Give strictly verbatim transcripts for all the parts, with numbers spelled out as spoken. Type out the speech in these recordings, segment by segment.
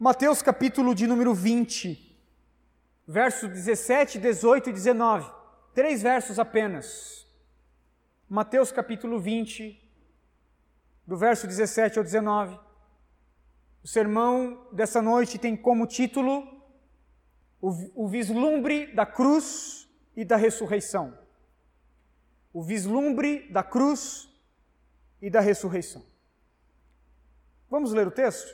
Mateus capítulo de número vinte, versos dezessete, dezoito e dezenove. Três versos apenas. Mateus capítulo vinte, do verso dezessete ao dezenove. O sermão dessa noite tem como título o, o vislumbre da cruz e da ressurreição. O vislumbre da cruz e da ressurreição. Vamos ler o texto?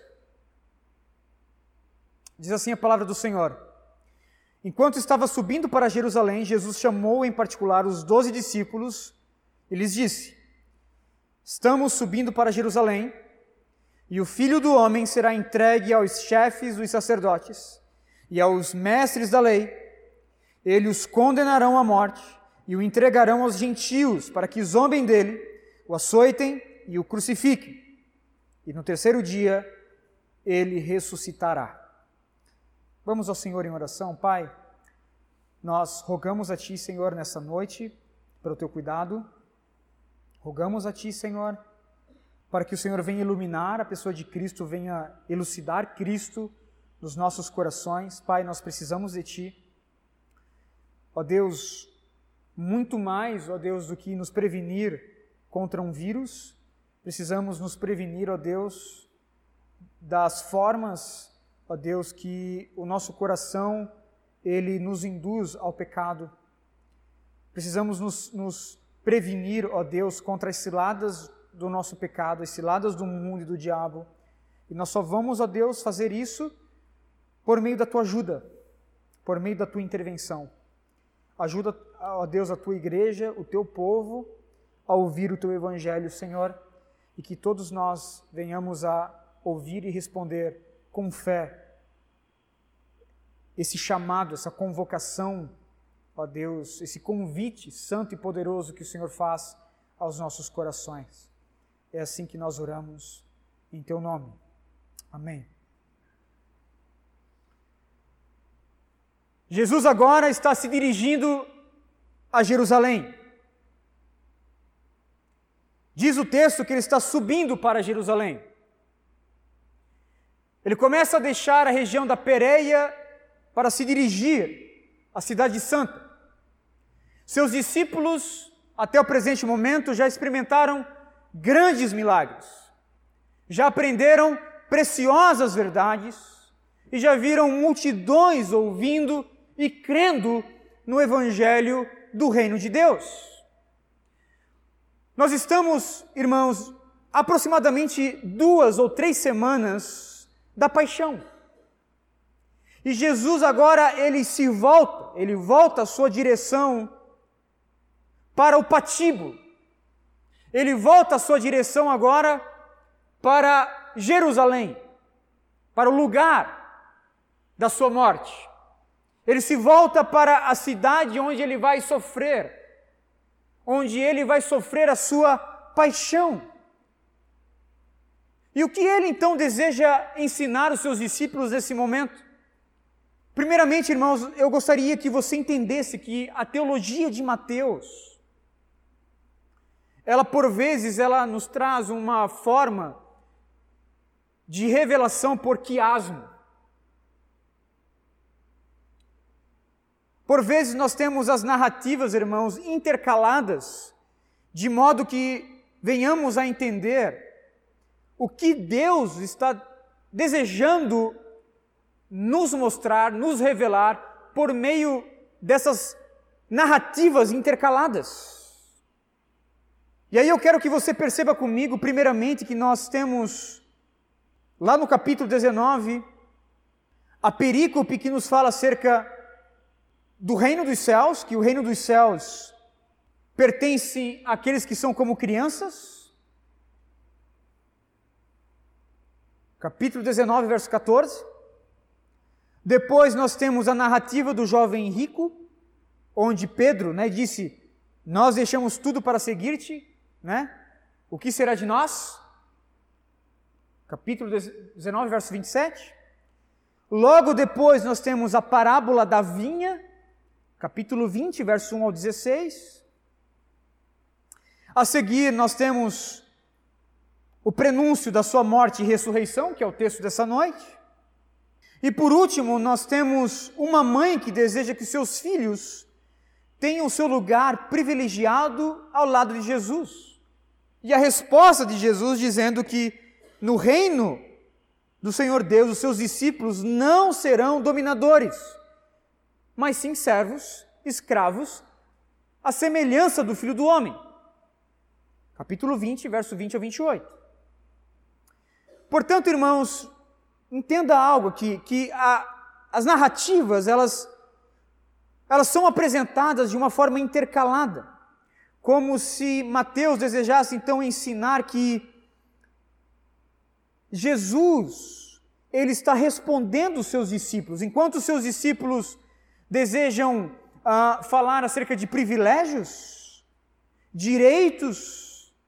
Diz assim a palavra do Senhor. Enquanto estava subindo para Jerusalém, Jesus chamou em particular os doze discípulos e lhes disse: Estamos subindo para Jerusalém, e o Filho do Homem será entregue aos chefes dos sacerdotes e aos mestres da lei. Eles os condenarão à morte e o entregarão aos gentios, para que zombem dele, o açoitem e o crucifiquem. E no terceiro dia ele ressuscitará. Vamos ao Senhor em oração. Pai, nós rogamos a Ti, Senhor, nessa noite, pelo Teu cuidado. Rogamos a Ti, Senhor, para que o Senhor venha iluminar a pessoa de Cristo, venha elucidar Cristo nos nossos corações. Pai, nós precisamos de Ti. Ó Deus, muito mais, ó Deus, do que nos prevenir contra um vírus, precisamos nos prevenir, ó Deus, das formas, ó Deus, que o nosso coração, ele nos induz ao pecado. Precisamos nos, nos prevenir, ó Deus, contra as ciladas do nosso pecado, as ciladas do mundo e do diabo. E nós só vamos, ó Deus, fazer isso por meio da Tua ajuda, por meio da Tua intervenção. Ajuda, ó Deus, a Tua igreja, o Teu povo, a ouvir o Teu evangelho, Senhor, e que todos nós venhamos a ouvir e responder com fé esse chamado, essa convocação, ó Deus, esse convite santo e poderoso que o Senhor faz aos nossos corações. É assim que nós oramos em Teu nome. Amém. Jesus agora está se dirigindo a Jerusalém. Diz o texto que ele está subindo para Jerusalém. Ele começa a deixar a região da Pérea para se dirigir à cidade santa. Seus discípulos, até o presente momento, já experimentaram grandes milagres, já aprenderam preciosas verdades e já viram multidões ouvindo e crendo no Evangelho do Reino de Deus. Nós estamos, irmãos, aproximadamente duas ou três semanas da paixão. E Jesus agora, ele se volta, ele volta a sua direção para o patíbulo. Ele volta a sua direção agora para Jerusalém, para o lugar da sua morte. Ele se volta para a cidade onde ele vai sofrer, onde ele vai sofrer a sua paixão. E o que ele então deseja ensinar os seus discípulos nesse momento? Primeiramente, irmãos, eu gostaria que você entendesse que a teologia de Mateus, ela por vezes, ela nos traz uma forma de revelação por quiasmo. Por vezes nós temos as narrativas, irmãos, intercaladas, de modo que venhamos a entender o que Deus está desejando nos mostrar, nos revelar, por meio dessas narrativas intercaladas. E aí eu quero que você perceba comigo, primeiramente, que nós temos, lá no capítulo dezenove, a perícope que nos fala acerca do reino dos céus, que o reino dos céus pertence àqueles que são como crianças. Capítulo dezenove, verso catorze. Depois nós temos a narrativa do jovem rico, onde Pedro, né, disse, nós deixamos tudo para seguir-te, né? O que será de nós? Capítulo dezenove, verso vinte e sete. Logo depois nós temos a parábola da vinha, capítulo vinte, verso um ao dezesseis. A seguir nós temos o prenúncio da sua morte e ressurreição, que é o texto dessa noite. E por último, nós temos uma mãe que deseja que seus filhos tenham o seu lugar privilegiado ao lado de Jesus. E a resposta de Jesus dizendo que no reino do Senhor Deus, os seus discípulos não serão dominadores, mas sim servos, escravos, à semelhança do Filho do Homem. Capítulo vinte, verso vinte a vinte e oito. Portanto, irmãos, entenda algo aqui, que a, as narrativas, elas, elas são apresentadas de uma forma intercalada, como se Mateus desejasse então ensinar que Jesus, ele está respondendo os seus discípulos, enquanto os seus discípulos desejam uh, falar acerca de privilégios, direitos,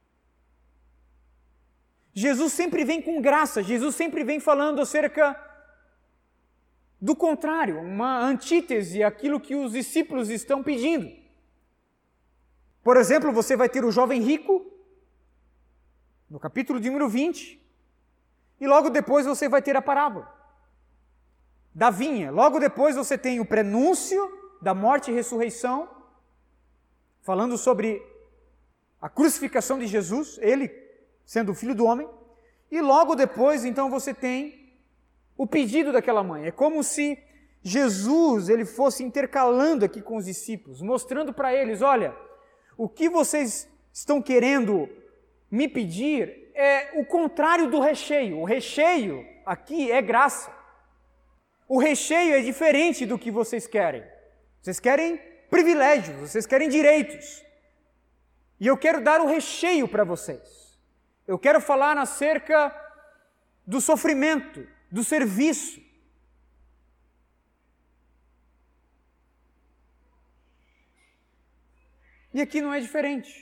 Jesus sempre vem com graça, Jesus sempre vem falando acerca do contrário, uma antítese àquilo que os discípulos estão pedindo. Por exemplo, você vai ter o jovem rico, no capítulo de número vinte, e logo depois você vai ter a parábola da vinha. Logo depois você tem o prenúncio da morte e ressurreição, falando sobre a crucificação de Jesus, ele sendo o Filho do Homem. E logo depois, então, você tem o pedido daquela mãe. É como se Jesus ele fosse intercalando aqui com os discípulos, mostrando para eles, olha, o que vocês estão querendo me pedir é o contrário do recheio. O recheio aqui é graça. O recheio é diferente do que vocês querem. Vocês querem privilégios, vocês querem direitos. E eu quero dar o recheio para vocês. Eu quero falar acerca do sofrimento, do serviço. E aqui não é diferente.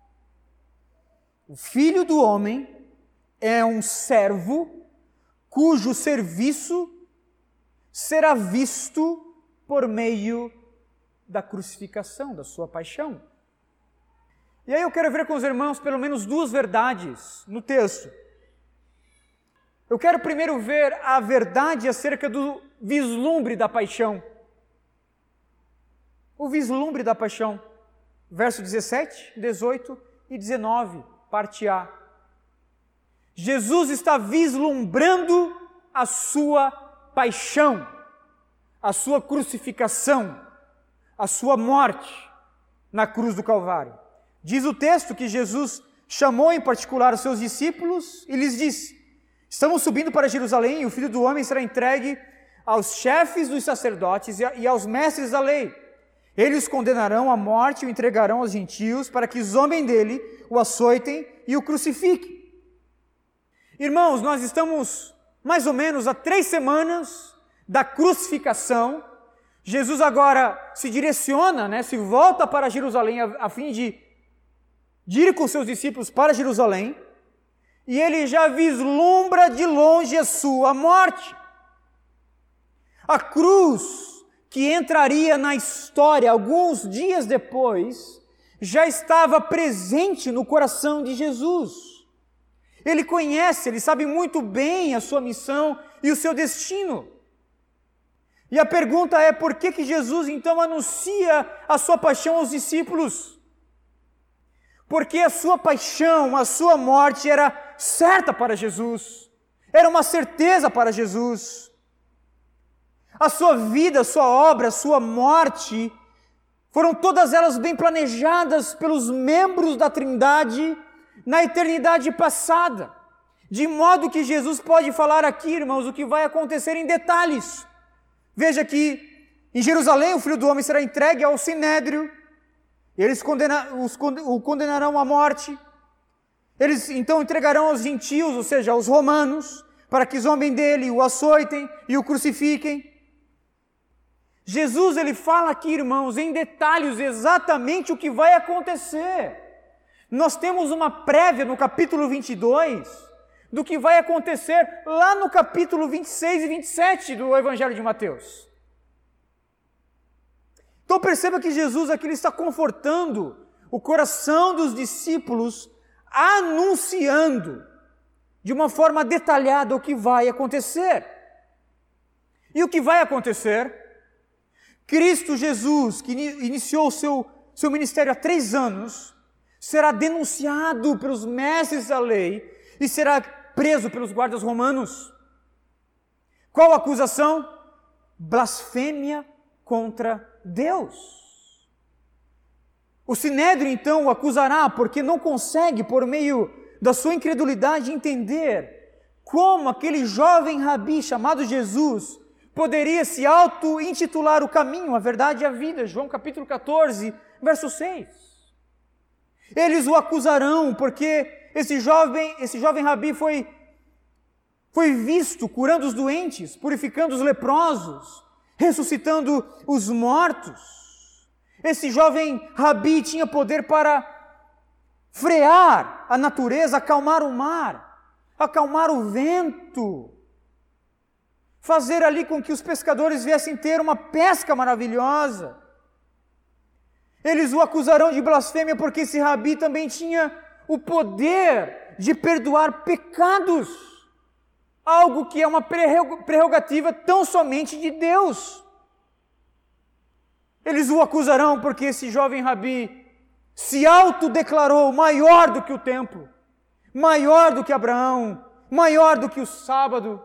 O Filho do Homem é um servo cujo serviço será visto por meio da crucificação, da sua paixão. E aí eu quero ver com os irmãos pelo menos duas verdades no texto. Eu quero primeiro ver a verdade acerca do vislumbre da paixão. O vislumbre da paixão. Verso dezessete, dezoito e dezenove, parte A. Jesus está vislumbrando a sua paixão, a sua crucificação, a sua morte na cruz do Calvário. Diz o texto que Jesus chamou em particular os seus discípulos e lhes disse: estamos subindo para Jerusalém e o Filho do Homem será entregue aos chefes dos sacerdotes e aos mestres da lei. Eles condenarão à morte e o entregarão aos gentios para que zombem dele, o açoitem e o crucifiquem. Irmãos, nós estamos mais ou menos há três semanas da crucificação. Jesus agora se direciona, né, se volta para Jerusalém a, a fim de, de ir com seus discípulos para Jerusalém, e ele já vislumbra de longe a sua morte. A cruz que entraria na história alguns dias depois, já estava presente no coração de Jesus. Ele conhece, ele sabe muito bem a sua missão e o seu destino. E a pergunta é, por que que Jesus então anuncia a sua paixão aos discípulos? Porque a sua paixão, a sua morte era certa para Jesus, era uma certeza para Jesus. A sua vida, a sua obra, a sua morte, foram todas elas bem planejadas pelos membros da Trindade na eternidade passada. De modo que Jesus pode falar aqui, irmãos, o que vai acontecer em detalhes. Veja que em Jerusalém o Filho do Homem será entregue ao Sinédrio, eles condena, os, o condenarão à morte, eles então entregarão aos gentios, ou seja, aos romanos, para que zombem dele, o açoitem e o crucifiquem. Jesus, ele fala aqui, irmãos, em detalhes exatamente o que vai acontecer. Nós temos uma prévia no capítulo vinte e dois do que vai acontecer lá no capítulo vinte e seis e vinte e sete do Evangelho de Mateus. Então perceba que Jesus aqui ele está confortando o coração dos discípulos, anunciando de uma forma detalhada o que vai acontecer. E o que vai acontecer? Cristo Jesus, que iniciou o seu, seu ministério há três anos, será denunciado pelos mestres da lei e será preso pelos guardas romanos. Qual a acusação? Blasfêmia contra Deus. O Sinédrio, então, o acusará porque não consegue, por meio da sua incredulidade, entender como aquele jovem rabi chamado Jesus poderia se auto-intitular o caminho, a verdade e a vida. João capítulo catorze, verso seis. Eles o acusarão porque esse jovem, esse jovem rabi foi, foi visto curando os doentes, purificando os leprosos, ressuscitando os mortos. Esse jovem rabi tinha poder para frear a natureza, acalmar o mar, acalmar o vento, fazer ali com que os pescadores viessem ter uma pesca maravilhosa. Eles o acusarão de blasfêmia porque esse rabi também tinha o poder de perdoar pecados, algo que é uma prerrogativa tão somente de Deus. Eles o acusarão porque esse jovem rabi se autodeclarou maior do que o templo, maior do que Abraão, maior do que o sábado.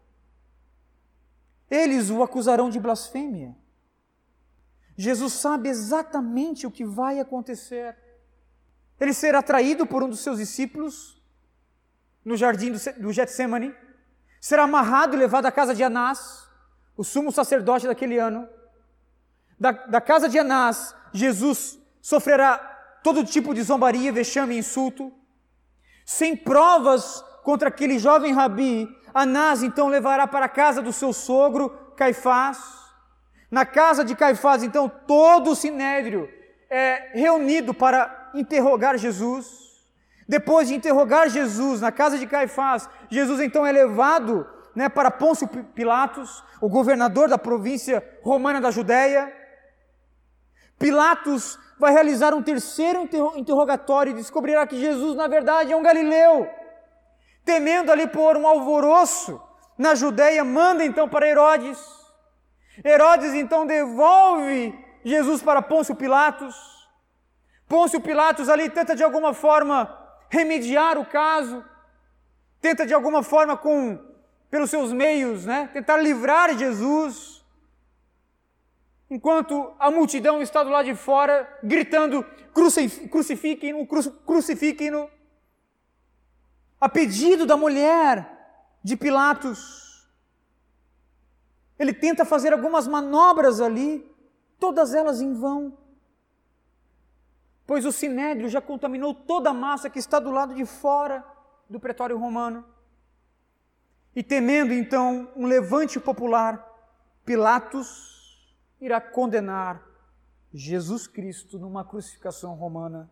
Eles o acusarão de blasfêmia. Jesus sabe exatamente o que vai acontecer. Ele será traído por um dos seus discípulos no jardim do Getsemane, será amarrado e levado à casa de Anás, o sumo sacerdote daquele ano. Da, da casa de Anás, Jesus sofrerá todo tipo de zombaria, vexame e insulto. Sem provas contra aquele jovem rabi, Anás então levará para a casa do seu sogro, Caifás. Na casa de Caifás, então, todo o sinédrio é reunido para interrogar Jesus. Depois de interrogar Jesus na casa de Caifás, Jesus então é levado, né, para Pôncio Pilatos, o governador da província romana da Judéia. Pilatos vai realizar um terceiro interrogatório e descobrirá que Jesus, na verdade, é um galileu. Temendo ali por um alvoroço na Judéia, manda então para Herodes. Herodes então devolve Jesus para Pôncio Pilatos. Pôncio Pilatos ali tenta de alguma forma remediar o caso, tenta de alguma forma com, pelos seus meios, né, tentar livrar Jesus. Enquanto a multidão está do lado de fora, gritando, crucifiquem-no, crucifiquem-no. A pedido da mulher de Pilatos, ele tenta fazer algumas manobras ali, todas elas em vão, pois o sinédrio já contaminou toda a massa que está do lado de fora do pretório romano. E temendo então um levante popular, Pilatos irá condenar Jesus Cristo numa crucificação romana.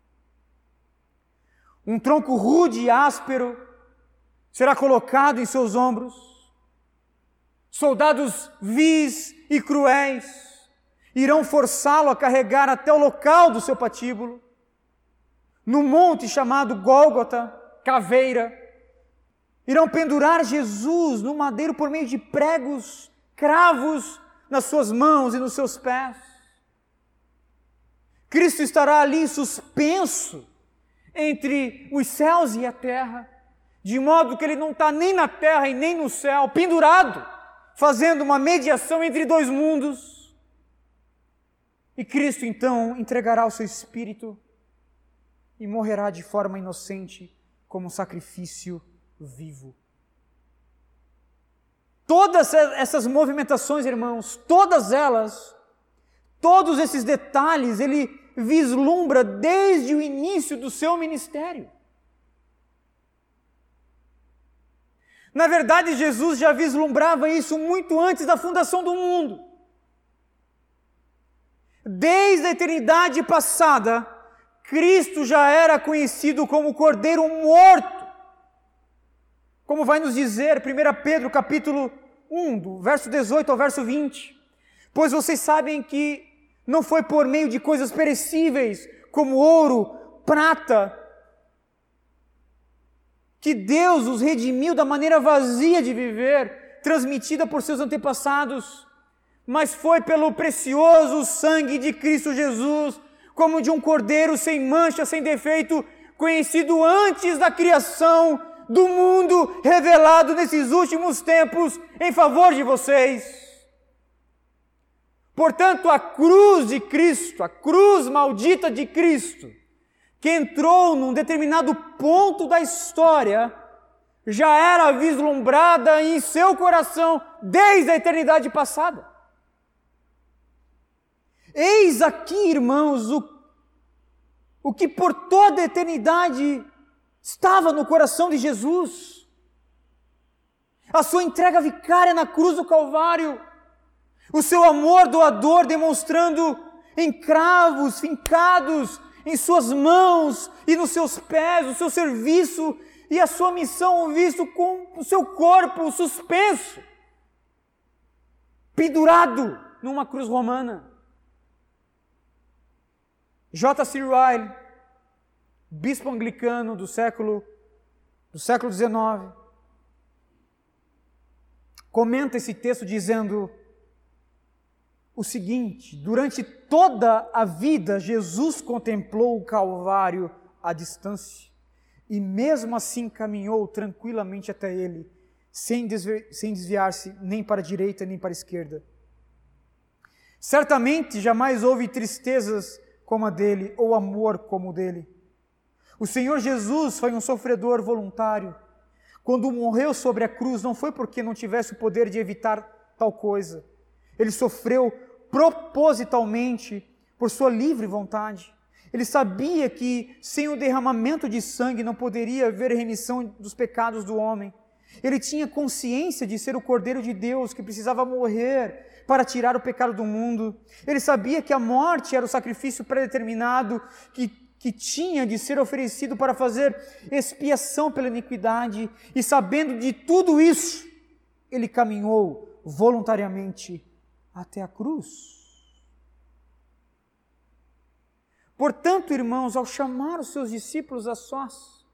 Um tronco rude e áspero será colocado em seus ombros. Soldados vis e cruéis irão forçá-lo a carregar até o local do seu patíbulo, no monte chamado Gólgota, caveira. Irão pendurar Jesus no madeiro por meio de pregos, cravos nas suas mãos e nos seus pés. Cristo estará ali suspenso entre os céus e a terra, de modo que ele não está nem na terra e nem no céu, pendurado, fazendo uma mediação entre dois mundos. E Cristo então entregará o seu espírito e morrerá de forma inocente como um sacrifício vivo. Todas essas movimentações, irmãos, todas elas, todos esses detalhes, ele vislumbra desde o início do seu ministério. Na verdade, Jesus já vislumbrava isso muito antes da fundação do mundo. Desde a eternidade passada, Cristo já era conhecido como o Cordeiro morto. Como vai nos dizer primeira Pedro capítulo um, do verso dezoito ao verso vinte. Pois vocês sabem que não foi por meio de coisas perecíveis, como ouro, prata, que Deus os redimiu da maneira vazia de viver, transmitida por seus antepassados, mas foi pelo precioso sangue de Cristo Jesus, como de um cordeiro sem mancha, sem defeito, conhecido antes da criação do mundo, revelado nesses últimos tempos em favor de vocês. Portanto, a cruz de Cristo, a cruz maldita de Cristo, que entrou num determinado ponto da história, já era vislumbrada em seu coração desde a eternidade passada. Eis aqui, irmãos, o, o que por toda a eternidade estava no coração de Jesus. A sua entrega vicária na cruz do Calvário, o seu amor doador demonstrando em cravos fincados em suas mãos e nos seus pés, o seu serviço e a sua missão visto com o seu corpo suspenso, pendurado numa cruz romana. J C Ryle, bispo anglicano do século, do século dezenove, comenta esse texto dizendo o seguinte: durante toda a vida, Jesus contemplou o Calvário à distância e mesmo assim caminhou tranquilamente até ele, sem desvi- sem desviar-se nem para a direita nem para a esquerda. Certamente jamais houve tristezas como a dele, ou amor como o dele. O Senhor Jesus foi um sofredor voluntário. Quando morreu sobre a cruz, não foi porque não tivesse o poder de evitar tal coisa. Ele sofreu propositalmente por sua livre vontade. Ele sabia que sem o derramamento de sangue não poderia haver remissão dos pecados do homem. Ele tinha consciência de ser o Cordeiro de Deus que precisava morrer para tirar o pecado do mundo. Ele sabia que a morte era o sacrifício predeterminado que, que tinha de ser oferecido para fazer expiação pela iniquidade. E sabendo de tudo isso, ele caminhou voluntariamente até a cruz. Portanto, irmãos, ao chamar os seus discípulos a sós,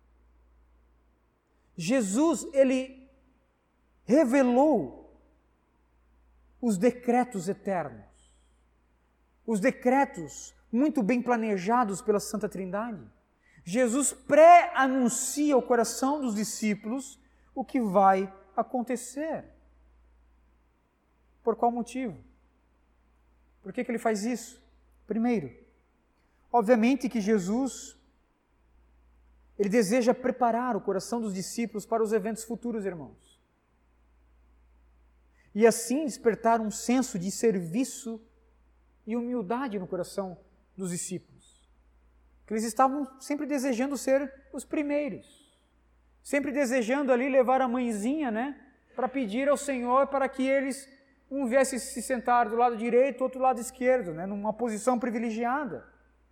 Jesus, ele revelou os decretos eternos, os decretos muito bem planejados pela Santa Trindade. Jesus pré-anuncia ao coração dos discípulos o que vai acontecer. Por qual motivo? Por que que ele faz isso? Primeiro, obviamente que Jesus, ele deseja preparar o coração dos discípulos para os eventos futuros, irmãos. E assim despertar um senso de serviço e humildade no coração dos discípulos. Que eles estavam sempre desejando ser os primeiros. Sempre desejando ali levar a mãezinha, né? Para pedir ao Senhor para que eles, um viesse se sentar do lado direito, outro lado esquerdo, né? Numa posição privilegiada.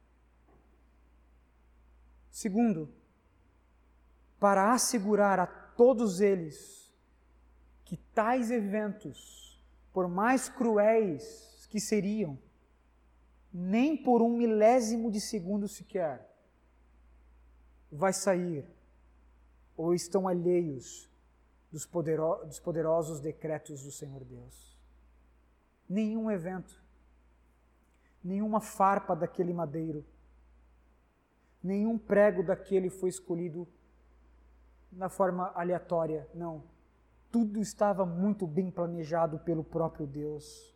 Segundo, para assegurar a todos eles que tais eventos, por mais cruéis que seriam, nem por um milésimo de segundo sequer, vai sair, ou estão alheios dos, podero- dos poderosos decretos do Senhor Deus. Nenhum evento, nenhuma farpa daquele madeiro, nenhum prego daquele foi escolhido na forma aleatória, não. Tudo estava muito bem planejado pelo próprio Deus.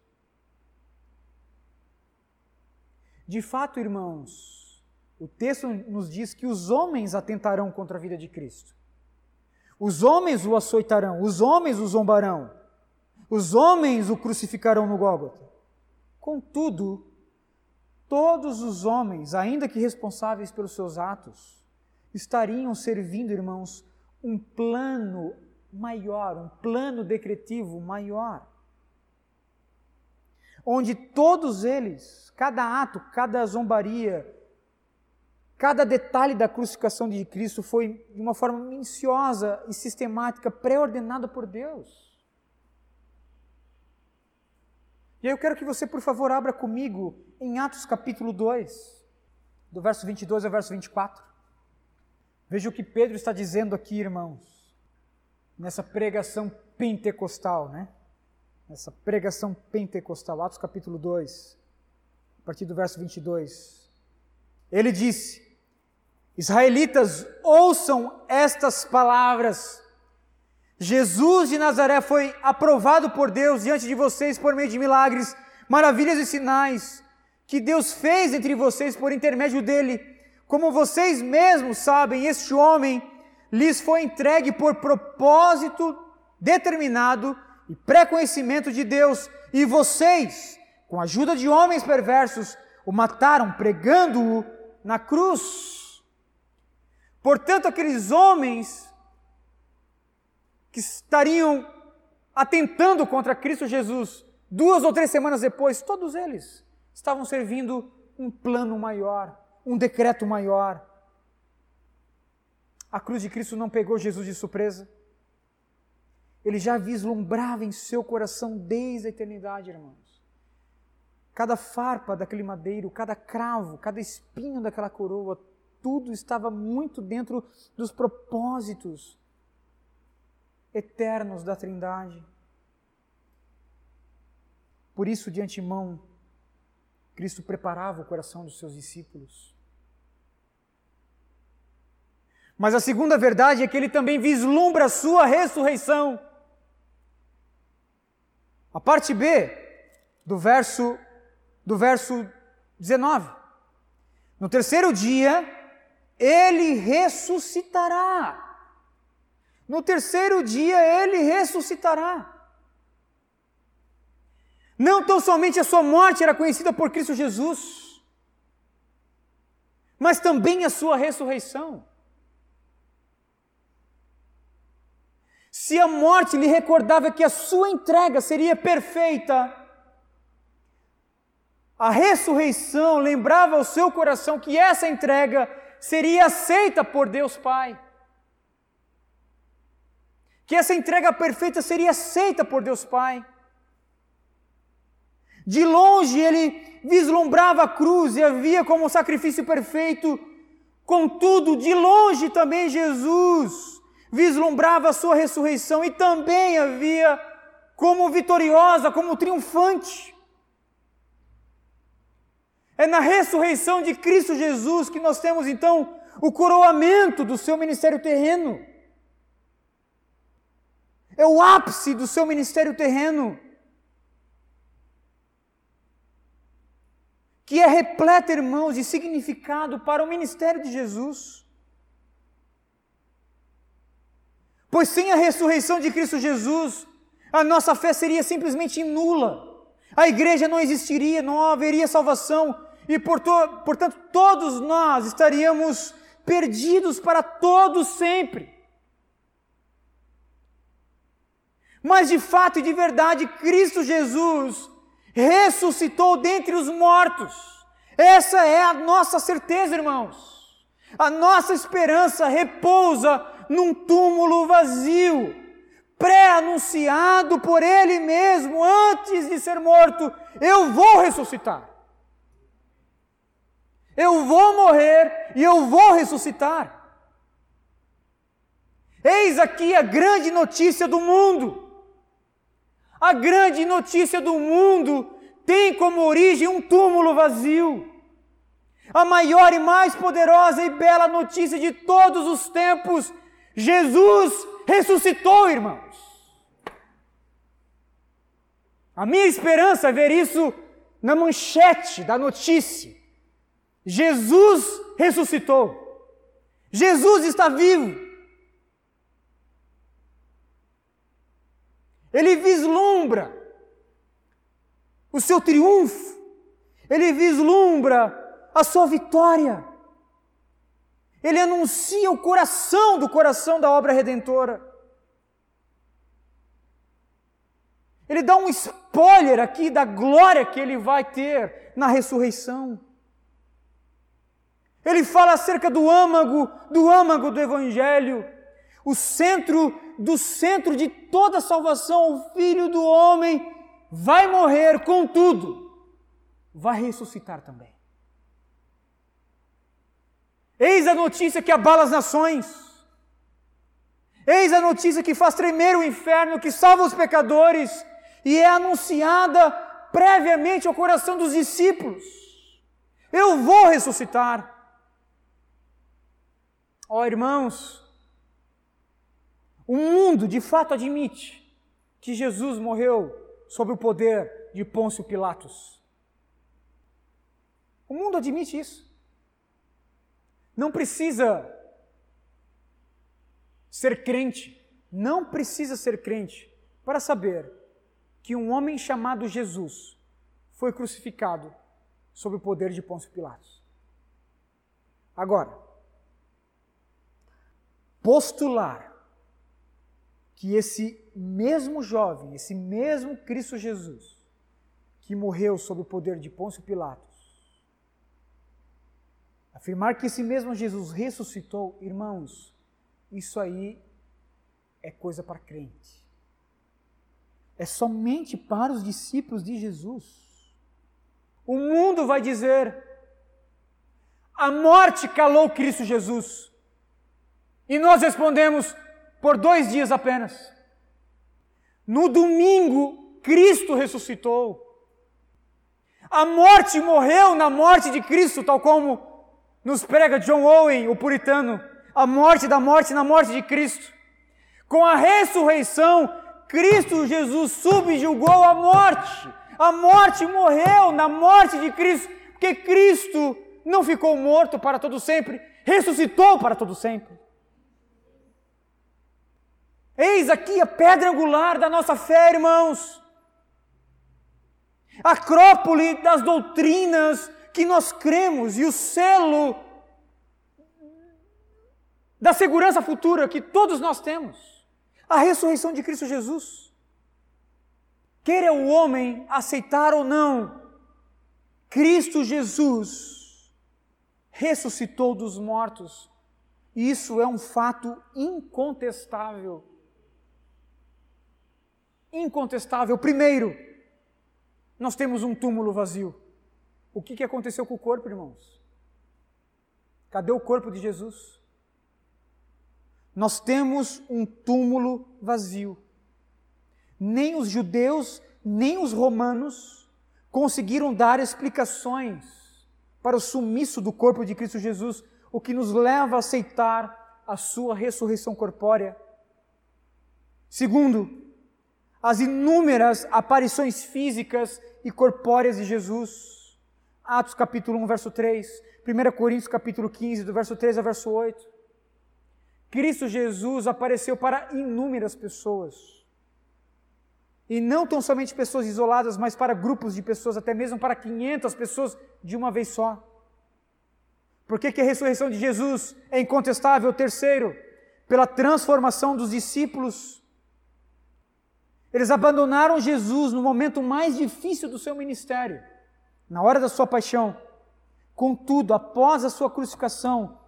De fato, irmãos, o texto nos diz que os homens atentarão contra a vida de Cristo. Os homens o açoitarão, os homens o zombarão, os homens o crucificarão no Gólgota. Contudo, todos os homens, ainda que responsáveis pelos seus atos, estariam servindo, irmãos, um plano maior, um plano decretivo maior, onde todos eles, cada ato, cada zombaria, cada detalhe da crucificação de Cristo foi de uma forma minuciosa e sistemática, pré-ordenada por Deus. E aí eu quero que você, por favor, abra comigo em Atos capítulo dois, do verso vinte e dois ao verso vinte e quatro. Veja o que Pedro está dizendo aqui, irmãos, nessa pregação pentecostal, né? Essa pregação pentecostal, Atos capítulo dois, a partir do verso vinte e dois. Ele disse: Israelitas, ouçam estas palavras. Jesus de Nazaré foi aprovado por Deus diante de vocês por meio de milagres, maravilhas e sinais que Deus fez entre vocês por intermédio dele. Como vocês mesmos sabem, este homem lhes foi entregue por propósito determinado e pré-conhecimento de Deus, e vocês, com a ajuda de homens perversos, o mataram pregando-o na cruz. Portanto, aqueles homens que estariam atentando contra Cristo Jesus, duas ou três semanas depois, todos eles estavam servindo um plano maior, um decreto maior. A cruz de Cristo não pegou Jesus de surpresa. Ele já vislumbrava em seu coração desde a eternidade, irmãos. Cada farpa daquele madeiro, cada cravo, cada espinho daquela coroa, tudo estava muito dentro dos propósitos eternos da Trindade. Por isso, de antemão, Cristo preparava o coração dos seus discípulos. Mas a segunda verdade é que ele também vislumbra a sua ressurreição. A parte B do verso, do verso dezenove. No terceiro dia, ele ressuscitará. No terceiro dia ele ressuscitará. Não tão somente a sua morte era conhecida por Cristo Jesus, mas também a sua ressurreição. Se a morte lhe recordava que a sua entrega seria perfeita, a ressurreição lembrava ao seu coração que essa entrega seria aceita por Deus Pai. Que essa entrega perfeita seria aceita por Deus Pai. De longe ele vislumbrava a cruz e a via como um sacrifício perfeito. Contudo, de longe também Jesus vislumbrava a sua ressurreição e também a via como vitoriosa, como triunfante. É na ressurreição de Cristo Jesus que nós temos então o coroamento do seu ministério terreno. É o ápice do seu ministério terreno, que é repleto, irmãos, de significado para o ministério de Jesus. Pois sem a ressurreição de Cristo Jesus, a nossa fé seria simplesmente nula. A igreja não existiria, não haveria salvação, e portanto todos nós estaríamos perdidos para todos sempre. Mas de fato e de verdade, Cristo Jesus ressuscitou dentre os mortos. Essa é a nossa certeza, irmãos. A nossa esperança repousa num túmulo vazio, pré-anunciado por Ele mesmo, antes de ser morto. Eu vou ressuscitar. Eu vou morrer e eu vou ressuscitar. Eis aqui a grande notícia do mundo. A grande notícia do mundo tem como origem um túmulo vazio. A maior e mais poderosa e bela notícia de todos os tempos: Jesus ressuscitou, irmãos. A minha esperança é ver isso na manchete da notícia. Jesus ressuscitou. Jesus está vivo. Ele vislumbra o seu triunfo, ele vislumbra a sua vitória, ele anuncia o coração do coração da obra redentora. Ele dá um spoiler aqui da glória que ele vai ter na ressurreição. Ele fala acerca do âmago, do âmago do Evangelho, o centro do centro de toda a salvação, o Filho do Homem vai morrer, contudo, vai ressuscitar também. Eis a notícia que abala as nações. Eis a notícia que faz tremer o inferno, que salva os pecadores, e é anunciada previamente ao coração dos discípulos. Eu vou ressuscitar. Ó irmãos, o mundo de fato admite que Jesus morreu sob o poder de Pôncio Pilatos. O mundo admite isso. Não precisa ser crente, não precisa ser crente para saber que um homem chamado Jesus foi crucificado sob o poder de Pôncio Pilatos. Agora, postular que esse mesmo jovem, esse mesmo Cristo Jesus, que morreu sob o poder de Pôncio Pilatos, afirmar que esse mesmo Jesus ressuscitou, irmãos, isso aí é coisa para crente. É somente para os discípulos de Jesus. O mundo vai dizer: a morte calou Cristo Jesus. E nós respondemos: por dois dias apenas. No domingo, Cristo ressuscitou. A morte morreu na morte de Cristo, tal como nos prega John Owen, o puritano. A morte da morte na morte de Cristo. Com a ressurreição, Cristo Jesus subjugou a morte. A morte morreu na morte de Cristo, porque Cristo não ficou morto para todo sempre, ressuscitou para todo sempre. Eis aqui a pedra angular da nossa fé, irmãos. A acrópole das doutrinas que nós cremos e o selo da segurança futura que todos nós temos. A ressurreição de Cristo Jesus. Queira o homem aceitar ou não, Cristo Jesus ressuscitou dos mortos. E isso é um fato incontestável. Incontestável. Primeiro, nós temos um túmulo vazio. O que aconteceu com o corpo, irmãos? Cadê o corpo de Jesus? Nós temos um túmulo vazio. Nem os judeus, nem os romanos conseguiram dar explicações para o sumiço do corpo de Cristo Jesus, o que nos leva a aceitar a sua ressurreição corpórea. Segundo, as inúmeras aparições físicas e corpóreas de Jesus. Atos capítulo um, verso três, primeira Coríntios capítulo quinze, do verso três ao verso oito. Cristo Jesus apareceu para inúmeras pessoas. E não tão somente pessoas isoladas, mas para grupos de pessoas, até mesmo para quinhentas pessoas de uma vez só. Por que que a ressurreição de Jesus é incontestável? Terceiro, pela transformação dos discípulos. Eles abandonaram Jesus no momento mais difícil do seu ministério, na hora da sua paixão. Contudo, após a sua crucificação,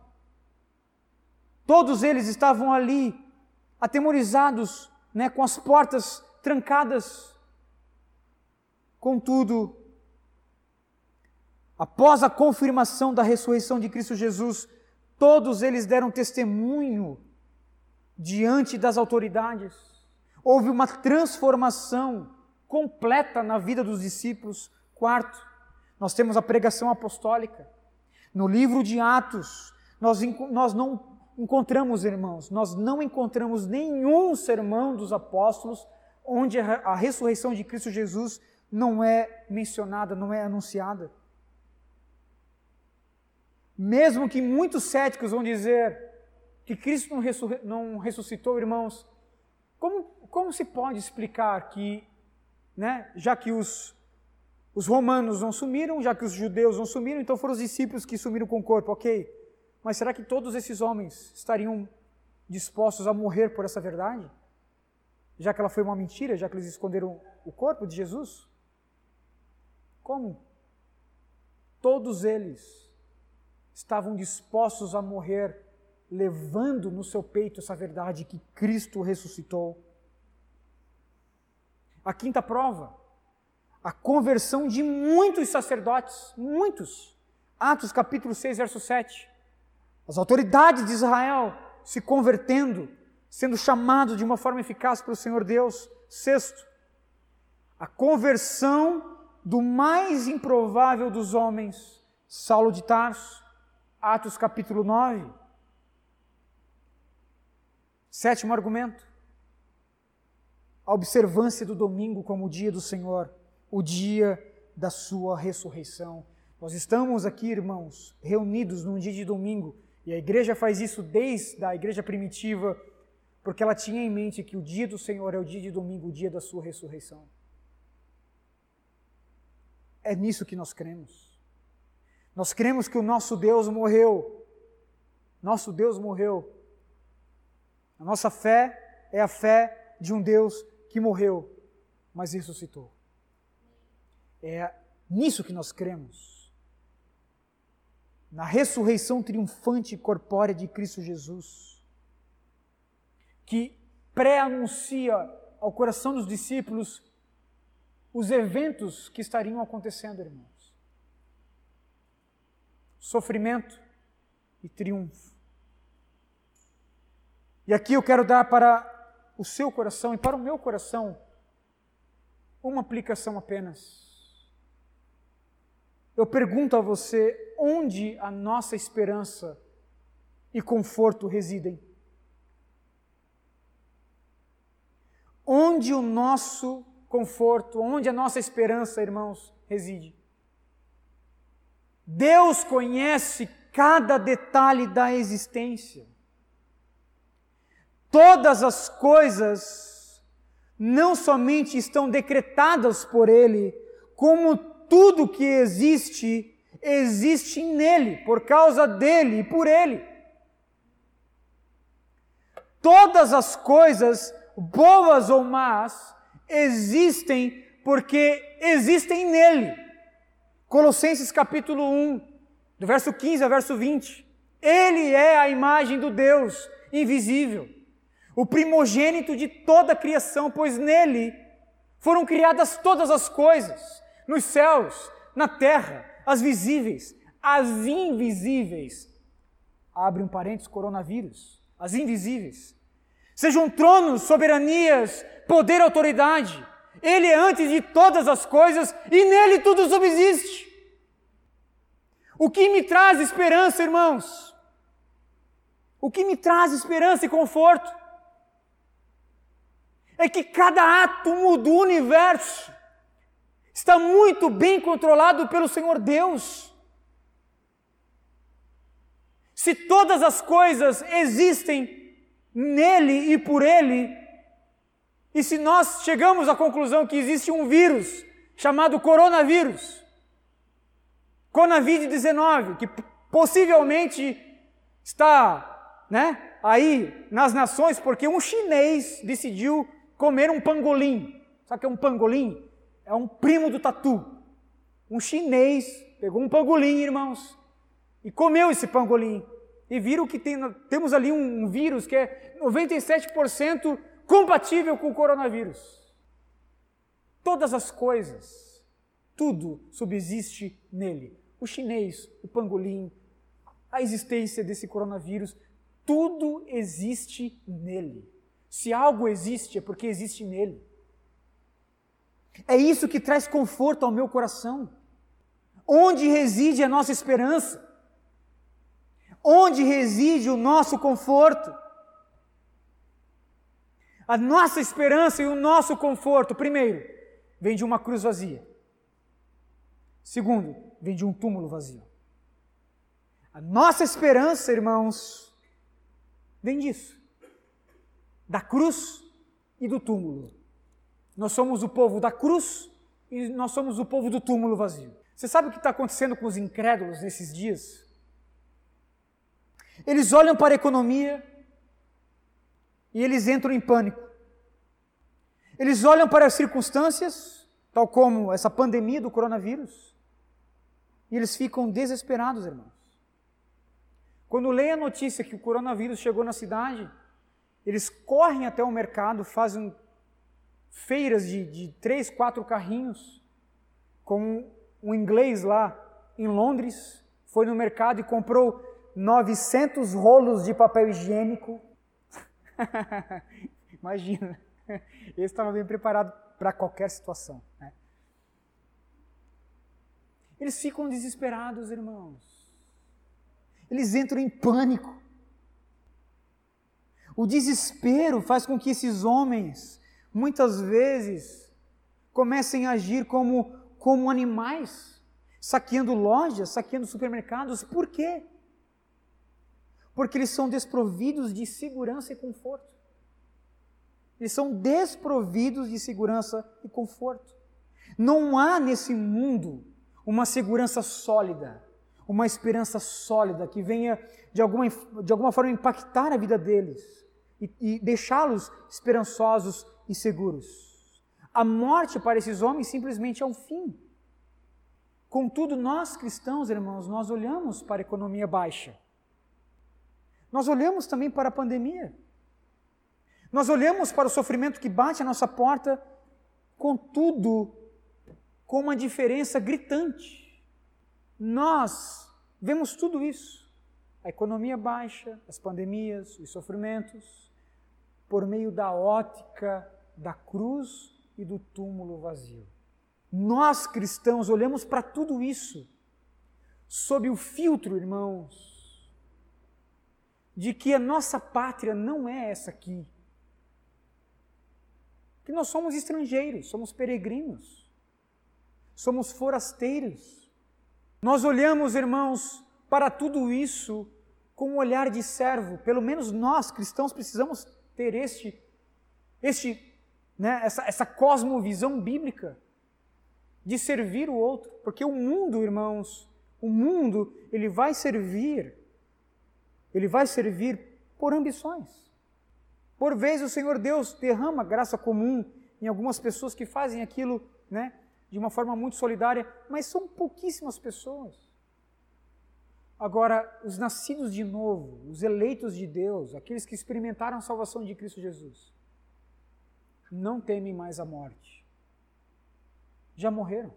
todos eles estavam ali, atemorizados, né, com as portas trancadas. Contudo, após a confirmação da ressurreição de Cristo Jesus, todos eles deram testemunho diante das autoridades. Houve uma transformação completa na vida dos discípulos. Quarto, nós temos a pregação apostólica. No livro de Atos, nós, nós não encontramos, irmãos, nós não encontramos nenhum sermão dos apóstolos onde a ressurreição de Cristo Jesus não é mencionada, não é anunciada. Mesmo que muitos céticos vão dizer que Cristo não, ressurre, não ressuscitou, irmãos, como, como se pode explicar que, né, já que os, os romanos não sumiram, já que os judeus não sumiram, então foram os discípulos que sumiram com o corpo, ok? Mas será que todos esses homens estariam dispostos a morrer por essa verdade? Já que ela foi uma mentira, já que eles esconderam o corpo de Jesus? Como? Todos eles estavam dispostos a morrer, levando no seu peito essa verdade que Cristo ressuscitou. A quinta prova, a conversão de muitos sacerdotes, muitos. Atos capítulo seis, verso sete. As autoridades de Israel se convertendo sendo chamado de uma forma eficaz pelo Senhor Deus. Sexto, a conversão do mais improvável dos homens, Saulo de Tarso, Atos capítulo nove. Sétimo argumento, a observância do domingo como o dia do Senhor, o dia da sua ressurreição. Nós estamos aqui, irmãos, reunidos num dia de domingo, e a igreja faz isso desde a igreja primitiva, porque ela tinha em mente que o dia do Senhor é o dia de domingo, o dia da sua ressurreição. É nisso que nós cremos. Nós cremos que o nosso Deus morreu. Nosso Deus morreu. A nossa fé é a fé de um Deus que morreu, mas ressuscitou. É nisso que nós cremos. Na ressurreição triunfante e corpórea de Cristo Jesus, que pré-anuncia ao coração dos discípulos os eventos que estariam acontecendo, irmãos. Sofrimento e triunfo. E aqui eu quero dar para o seu coração e para o meu coração uma aplicação apenas. Eu pergunto a você, onde a nossa esperança e conforto residem? Onde o nosso conforto, onde a nossa esperança, irmãos, reside? Deus conhece cada detalhe da existência. Todas as coisas não somente estão decretadas por Ele, como tudo que existe, existe nele, por causa dele e por Ele. Todas as coisas, boas ou más, existem porque existem nele. Colossenses capítulo um, do verso quinze ao verso vinte. Ele é a imagem do Deus invisível, o primogênito de toda a criação, pois nele foram criadas todas as coisas, nos céus, na terra, as visíveis, as invisíveis. Abre um parênteses, coronavírus. As invisíveis. Sejam tronos, soberanias, poder, autoridade. Ele é antes de todas as coisas e nele tudo subsiste. O que me traz esperança, irmãos? O que me traz esperança e conforto? É que cada átomo do universo está muito bem controlado pelo Senhor Deus. Se todas as coisas existem nele e por ele, e se nós chegamos à conclusão que existe um vírus chamado coronavírus, covid dezenove, que possivelmente está, né, aí nas nações, porque um chinês decidiu comer um pangolim. Sabe o que é um pangolim? É um primo do tatu. Um chinês pegou um pangolim, irmãos, e comeu esse pangolim. E viram que tem, temos ali um, um vírus que é noventa e sete por cento compatível com o coronavírus. Todas as coisas, tudo subsiste nele. O chinês, o pangolim, a existência desse coronavírus, tudo existe nele. Se algo existe, é porque existe nele. É isso que traz conforto ao meu coração. Onde reside a nossa esperança? Onde reside o nosso conforto? A nossa esperança e o nosso conforto, primeiro, vem de uma cruz vazia. Segundo, vem de um túmulo vazio. A nossa esperança, irmãos, vem disso. Da cruz e do túmulo. Nós somos o povo da cruz e nós somos o povo do túmulo vazio. Você sabe o que está acontecendo com os incrédulos nesses dias? Eles olham para a economia e eles entram em pânico. Eles olham para as circunstâncias, tal como essa pandemia do coronavírus, e eles ficam desesperados, irmãos. Quando leem a notícia que o coronavírus chegou na cidade, eles correm até o mercado, fazem feiras de, de três, quatro carrinhos, com um inglês lá em Londres, foi no mercado e comprou novecentos rolos de papel higiênico. Imagina, esse estava bem preparado para qualquer situação. Né? Eles ficam desesperados, irmãos. Eles entram em pânico. O desespero faz com que esses homens, muitas vezes, comecem a agir como, como animais, saqueando lojas, saqueando supermercados. Por quê? Porque eles são desprovidos de segurança e conforto. Eles são desprovidos de segurança e conforto. Não há nesse mundo uma segurança sólida, uma esperança sólida que venha de alguma, de alguma forma impactar a vida deles e, e deixá-los esperançosos e seguros. A morte para esses homens simplesmente é um fim. Contudo, nós cristãos, irmãos, nós olhamos para a economia baixa. Nós olhamos também para a pandemia. Nós olhamos para o sofrimento que bate à nossa porta, contudo, com uma diferença gritante. Nós vemos tudo isso, a economia baixa, as pandemias, os sofrimentos, por meio da ótica da cruz e do túmulo vazio. Nós cristãos olhamos para tudo isso sob o filtro, irmãos, de que a nossa pátria não é essa aqui. Que nós somos estrangeiros, somos peregrinos, somos forasteiros. Nós olhamos, irmãos, para tudo isso com um olhar de servo. Pelo menos nós, cristãos, precisamos ter este, este, né, essa, essa cosmovisão bíblica de servir o outro. Porque o mundo, irmãos, o mundo, ele vai servir, ele vai servir por ambições. Por vezes o Senhor Deus derrama graça comum em algumas pessoas que fazem aquilo, né, de uma forma muito solidária, mas são pouquíssimas pessoas. Agora, os nascidos de novo, os eleitos de Deus, aqueles que experimentaram a salvação de Cristo Jesus, não temem mais a morte. Já morreram.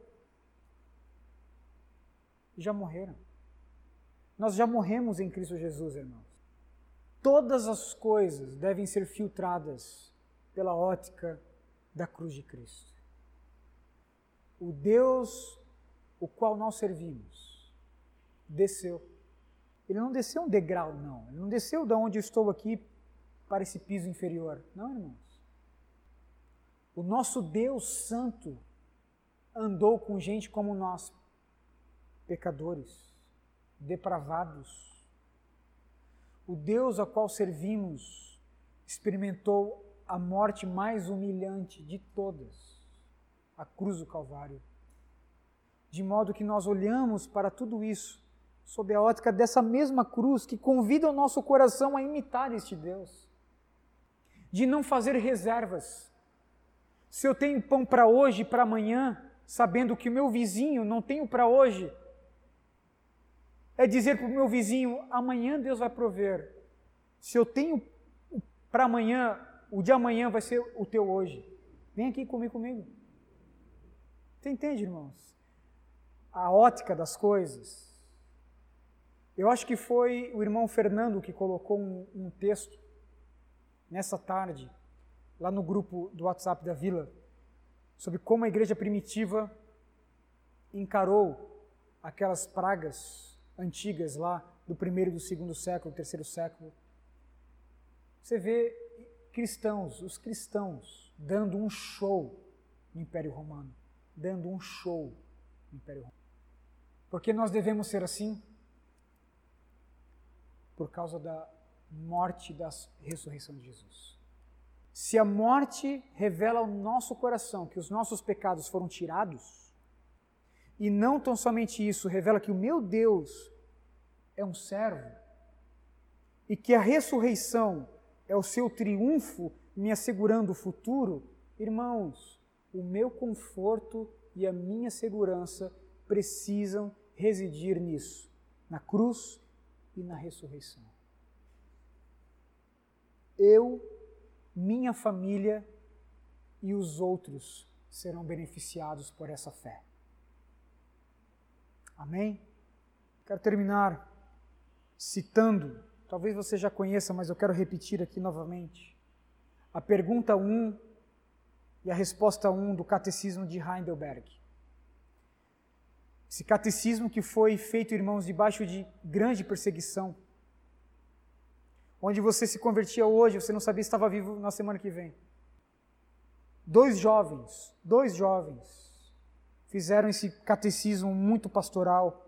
Já morreram. Nós já morremos em Cristo Jesus, irmãos. Todas as coisas devem ser filtradas pela ótica da cruz de Cristo. O Deus o qual nós servimos desceu. Ele não desceu um degrau, não. Ele não desceu de onde eu estou aqui para esse piso inferior. Não, irmãos. O nosso Deus Santo andou com gente como nós, pecadores, depravados. O Deus a qual servimos experimentou a morte mais humilhante de todas, a cruz do Calvário. De modo que nós olhamos para tudo isso sob a ótica dessa mesma cruz que convida o nosso coração a imitar este Deus. De não fazer reservas. Se eu tenho pão para hoje e para amanhã, sabendo que o meu vizinho não tem para hoje, é dizer para o meu vizinho, amanhã Deus vai prover. Se eu tenho para amanhã, o de amanhã vai ser o teu hoje. Vem aqui comer comigo. Você entende, irmãos? A ótica das coisas. Eu acho que foi o irmão Fernando que colocou um, um texto nessa tarde, lá no grupo do WhatsApp da Vila, sobre como a igreja primitiva encarou aquelas pragas antigas lá do primeiro e do segundo século, terceiro século. Você vê cristãos, os cristãos, dando um show no Império Romano, dando um show no Império Romano. Por que nós devemos ser assim? Por causa da morte e da ressurreição de Jesus. Se a morte revela ao nosso coração que os nossos pecados foram tirados, e não tão somente isso, revela que o meu Deus é um servo, e que a ressurreição é o seu triunfo me assegurando o futuro, irmãos, o meu conforto e a minha segurança precisam residir nisso, na cruz e na ressurreição. Eu, minha família e os outros serão beneficiados por essa fé. Amém? Quero terminar citando talvez você já conheça, mas eu quero repetir aqui novamente. A pergunta um e a resposta um do Catecismo de Heidelberg. Esse catecismo que foi feito, irmãos, debaixo de grande perseguição, onde você se convertia hoje, você não sabia se estava vivo na semana que vem. Dois jovens, dois jovens, fizeram esse catecismo muito pastoral.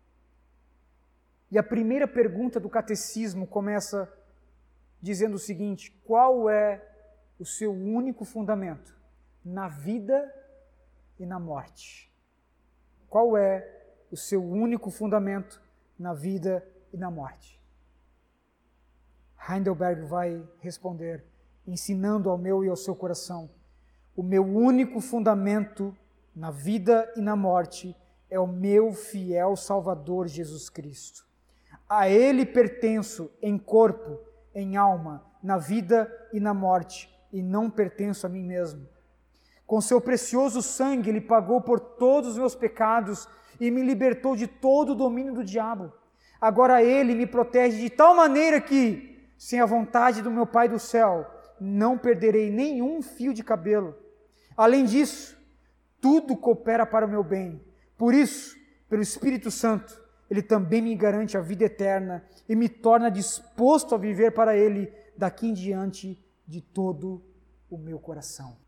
E a primeira pergunta do catecismo começa dizendo o seguinte: qual é o seu único fundamento na vida e na morte? Qual é o seu único fundamento na vida e na morte? Heidelberg vai responder, ensinando ao meu e ao seu coração: o meu único fundamento na vida e na morte é o meu fiel Salvador Jesus Cristo. A Ele pertenço em corpo, em alma, na vida e na morte, e não pertenço a mim mesmo. Com seu precioso sangue, Ele pagou por todos os meus pecados e me libertou de todo o domínio do diabo. Agora Ele me protege de tal maneira que, sem a vontade do meu Pai do céu, não perderei nenhum fio de cabelo. Além disso, tudo coopera para o meu bem. Por isso, pelo Espírito Santo, Ele também me garante a vida eterna e me torna disposto a viver para Ele daqui em diante de todo o meu coração.